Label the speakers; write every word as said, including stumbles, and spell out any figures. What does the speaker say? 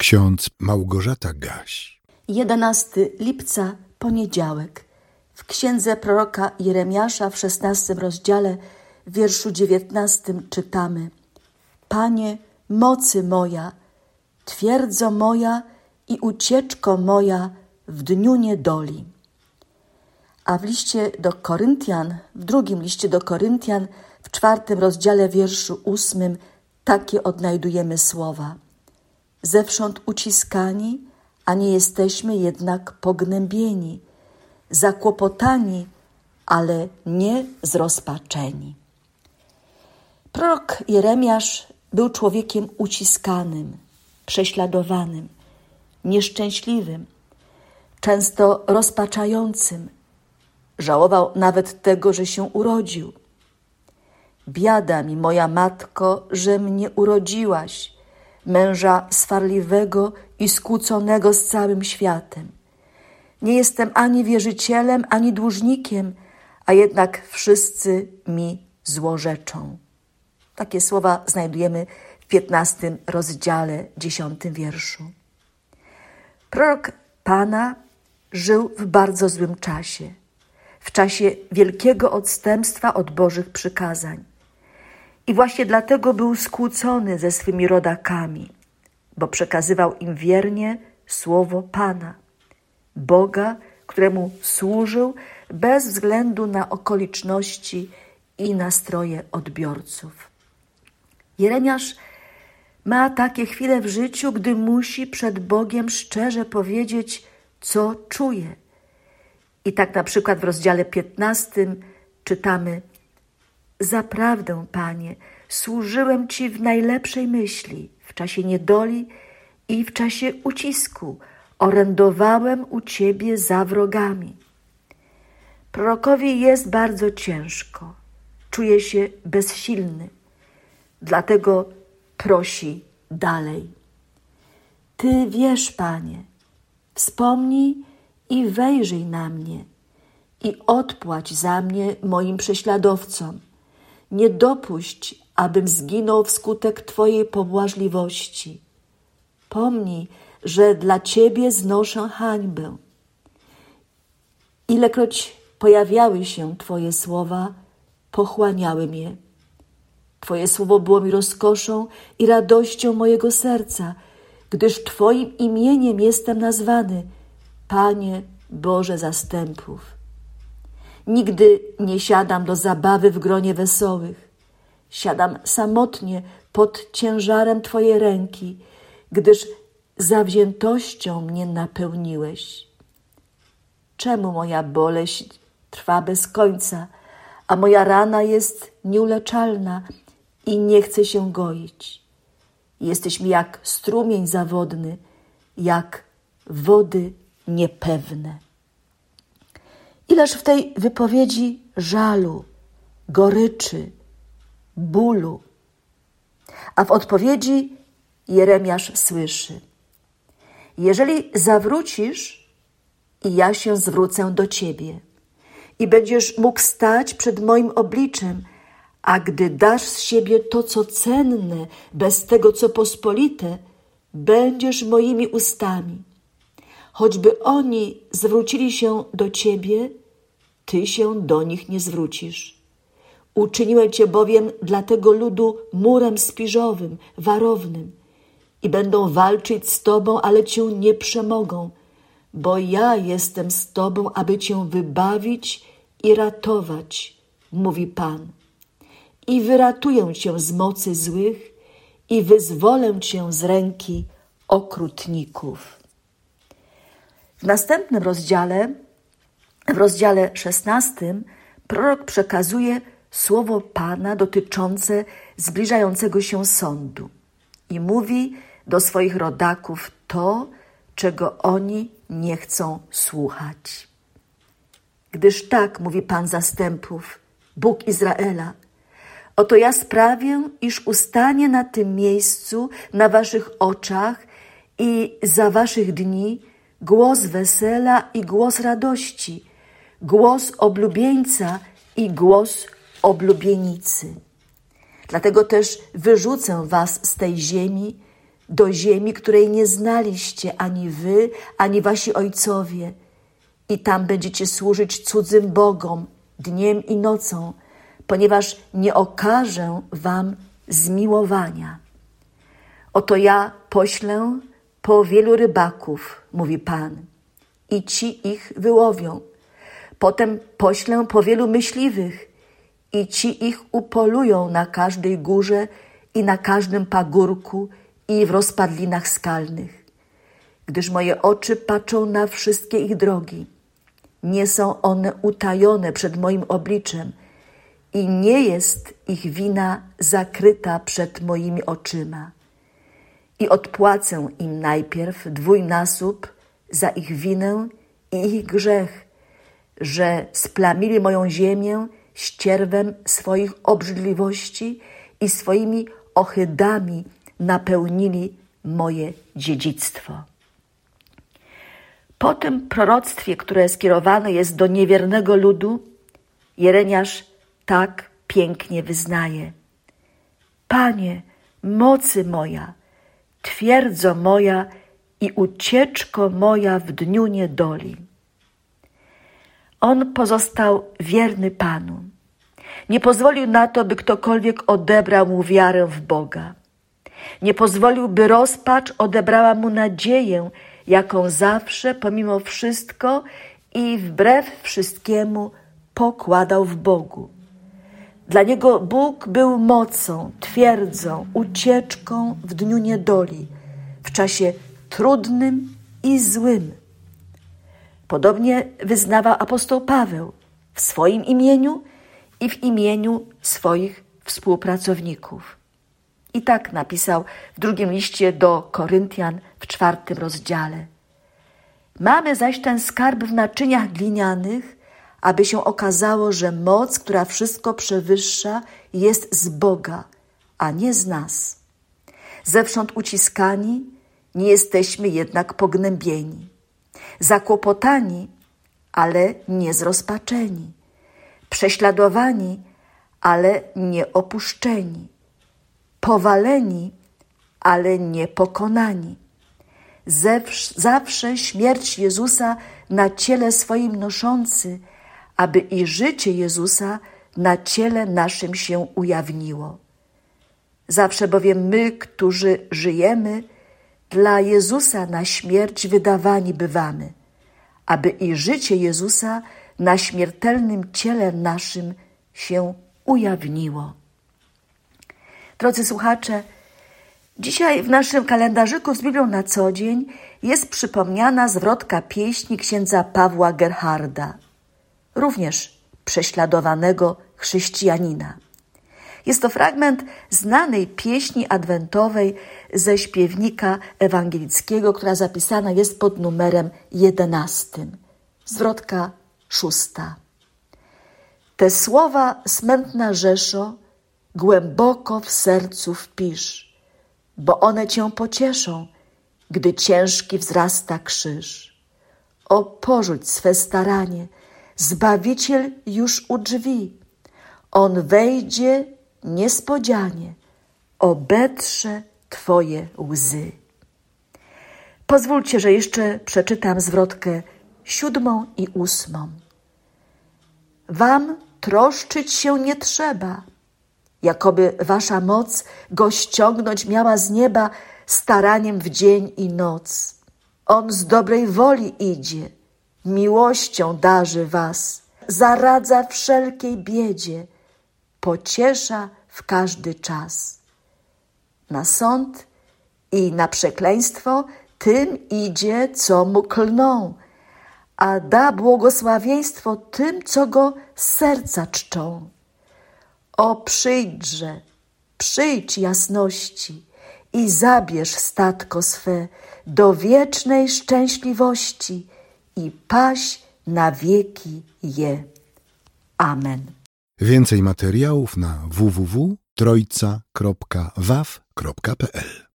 Speaker 1: Ksiądz Małgorzata Gaś.
Speaker 2: jedenastego lipca, poniedziałek. W księdze proroka Jeremiasza w szesnastym rozdziale, w wierszu dziewiętnastym czytamy: Panie, mocy moja, twierdzo moja i ucieczko moja w dniu niedoli. A w liście do Koryntian, w drugim liście do Koryntian, w czwartym rozdziale, wierszu ósmym, takie odnajdujemy słowa: Zewsząd uciskani, a nie jesteśmy jednak pognębieni, zakłopotani, ale nie zrozpaczeni. Prorok Jeremiasz był człowiekiem uciskanym, prześladowanym, nieszczęśliwym, często rozpaczającym. Żałował nawet tego, że się urodził. Biada mi, moja matko, że mnie urodziłaś, męża swarliwego i skłóconego z całym światem. Nie jestem ani wierzycielem, ani dłużnikiem, a jednak wszyscy mi złorzeczą. Takie słowa znajdujemy w piętnastym rozdziale, dziesiątym wierszu. Prorok Pana żył w bardzo złym czasie, w czasie wielkiego odstępstwa od Bożych przykazań. I właśnie dlatego był skłócony ze swymi rodakami, bo przekazywał im wiernie słowo Pana, Boga, któremu służył bez względu na okoliczności i nastroje odbiorców. Jeremiasz ma takie chwile w życiu, gdy musi przed Bogiem szczerze powiedzieć, co czuje. I tak na przykład w rozdziale piętnastym czytamy: Zaprawdę, Panie, służyłem Ci w najlepszej myśli, w czasie niedoli i w czasie ucisku. Orędowałem u Ciebie za wrogami. Prorokowi jest bardzo ciężko. Czuje się bezsilny. Dlatego prosi dalej. Ty wiesz, Panie, wspomnij i wejrzyj na mnie i odpłać za mnie moim prześladowcom. Nie dopuść, abym zginął wskutek Twojej pobłażliwości. Pomnij, że dla Ciebie znoszę hańbę. Ilekroć pojawiały się Twoje słowa, pochłaniały mnie. Twoje słowo było mi rozkoszą i radością mojego serca, gdyż Twoim imieniem jestem nazwany, Panie Boże zastępów. Nigdy nie siadam do zabawy w gronie wesołych. Siadam samotnie pod ciężarem Twojej ręki, gdyż zawziętością mnie napełniłeś. Czemu moja boleść trwa bez końca, a moja rana jest nieuleczalna i nie chce się goić? Jesteś mi jak strumień zawodny, jak wody niepewne. Ileż w tej wypowiedzi żalu, goryczy, bólu. A w odpowiedzi Jeremiasz słyszy: Jeżeli zawrócisz, i ja się zwrócę do Ciebie i będziesz mógł stać przed moim obliczem, a gdy dasz z siebie to, co cenne, bez tego, co pospolite, będziesz moimi ustami. Choćby oni zwrócili się do Ciebie, Ty się do nich nie zwrócisz. Uczyniłem Cię bowiem dla tego ludu murem spiżowym, warownym i będą walczyć z Tobą, ale Cię nie przemogą, bo ja jestem z Tobą, aby Cię wybawić i ratować, mówi Pan. I wyratuję Cię z mocy złych i wyzwolę Cię z ręki okrutników. W następnym rozdziale, w rozdziale szesnastym, prorok przekazuje słowo Pana dotyczące zbliżającego się sądu i mówi do swoich rodaków to, czego oni nie chcą słuchać. Gdyż tak mówi Pan zastępów, Bóg Izraela: Oto ja sprawię, iż ustanie na tym miejscu, na waszych oczach i za waszych dni głos wesela i głos radości, głos oblubieńca i głos oblubienicy. Dlatego też wyrzucę was z tej ziemi, do ziemi, której nie znaliście ani wy, ani wasi ojcowie. I tam będziecie służyć cudzym bogom dniem i nocą, ponieważ nie okażę wam zmiłowania. Oto ja poślę po wielu rybaków, mówi Pan, i ci ich wyłowią. Potem poślę po wielu myśliwych i ci ich upolują na każdej górze i na każdym pagórku i w rozpadlinach skalnych. Gdyż moje oczy patrzą na wszystkie ich drogi. Nie są one utajone przed moim obliczem i nie jest ich wina zakryta przed moimi oczyma. I odpłacę im najpierw dwójnasób za ich winę i ich grzech, że splamili moją ziemię ścierwem swoich obrzydliwości i swoimi ohydami napełnili moje dziedzictwo. Po tym proroctwie, które skierowane jest do niewiernego ludu, Jeremiasz tak pięknie wyznaje: Panie, mocy moja, twierdzo moja i ucieczko moja w dniu niedoli. On pozostał wierny Panu. Nie pozwolił na to, by ktokolwiek odebrał mu wiarę w Boga. Nie pozwolił, by rozpacz odebrała mu nadzieję, jaką zawsze, pomimo wszystko i wbrew wszystkiemu pokładał w Bogu. Dla niego Bóg był mocą, twierdzą, ucieczką w dniu niedoli, w czasie trudnym i złym. Podobnie wyznawał apostoł Paweł w swoim imieniu i w imieniu swoich współpracowników. I tak napisał w drugim liście do Koryntian w czwartym rozdziale. Mamy zaś ten skarb w naczyniach glinianych, aby się okazało, że moc, która wszystko przewyższa, jest z Boga, a nie z nas. Zewsząd uciskani, nie jesteśmy jednak pognębieni. Zakłopotani, ale nie zrozpaczeni. Prześladowani, ale nie opuszczeni. Powaleni, ale nie pokonani. Zewsz, zawsze śmierć Jezusa na ciele swoim noszący, aby i życie Jezusa na ciele naszym się ujawniło. Zawsze bowiem my, którzy żyjemy, dla Jezusa na śmierć wydawani bywamy, aby i życie Jezusa na śmiertelnym ciele naszym się ujawniło. Drodzy słuchacze, dzisiaj w naszym kalendarzyku z Biblią na co dzień jest przypomniana zwrotka pieśni księdza Pawła Gerharda, również prześladowanego chrześcijanina. Jest to fragment znanej pieśni adwentowej ze śpiewnika ewangelickiego, która zapisana jest pod numerem jedenastym. Zwrotka szósta. Te słowa, smętna rzeszo, głęboko w sercu wpisz, bo one cię pocieszą, gdy ciężki wzrasta krzyż. O, porzuć swe staranie, Zbawiciel już u drzwi. On wejdzie niespodzianie, obetrze twoje łzy. Pozwólcie, że jeszcze przeczytam zwrotkę siódmą i ósmą. Wam troszczyć się nie trzeba, jakoby wasza moc go ściągnąć miała z nieba staraniem w dzień i noc. On z dobrej woli idzie, miłością darzy was, zaradza wszelkiej biedzie, pociesza w każdy czas. Na sąd i na przekleństwo tym idzie, co mu klną, a da błogosławieństwo tym, co go z serca czczą. O, przyjdźże, przyjdź jasności i zabierz statko swe do wiecznej szczęśliwości i paś na wieki je. Amen.
Speaker 1: Więcej materiałów na w w w kropka trojca kropka w a w kropka p l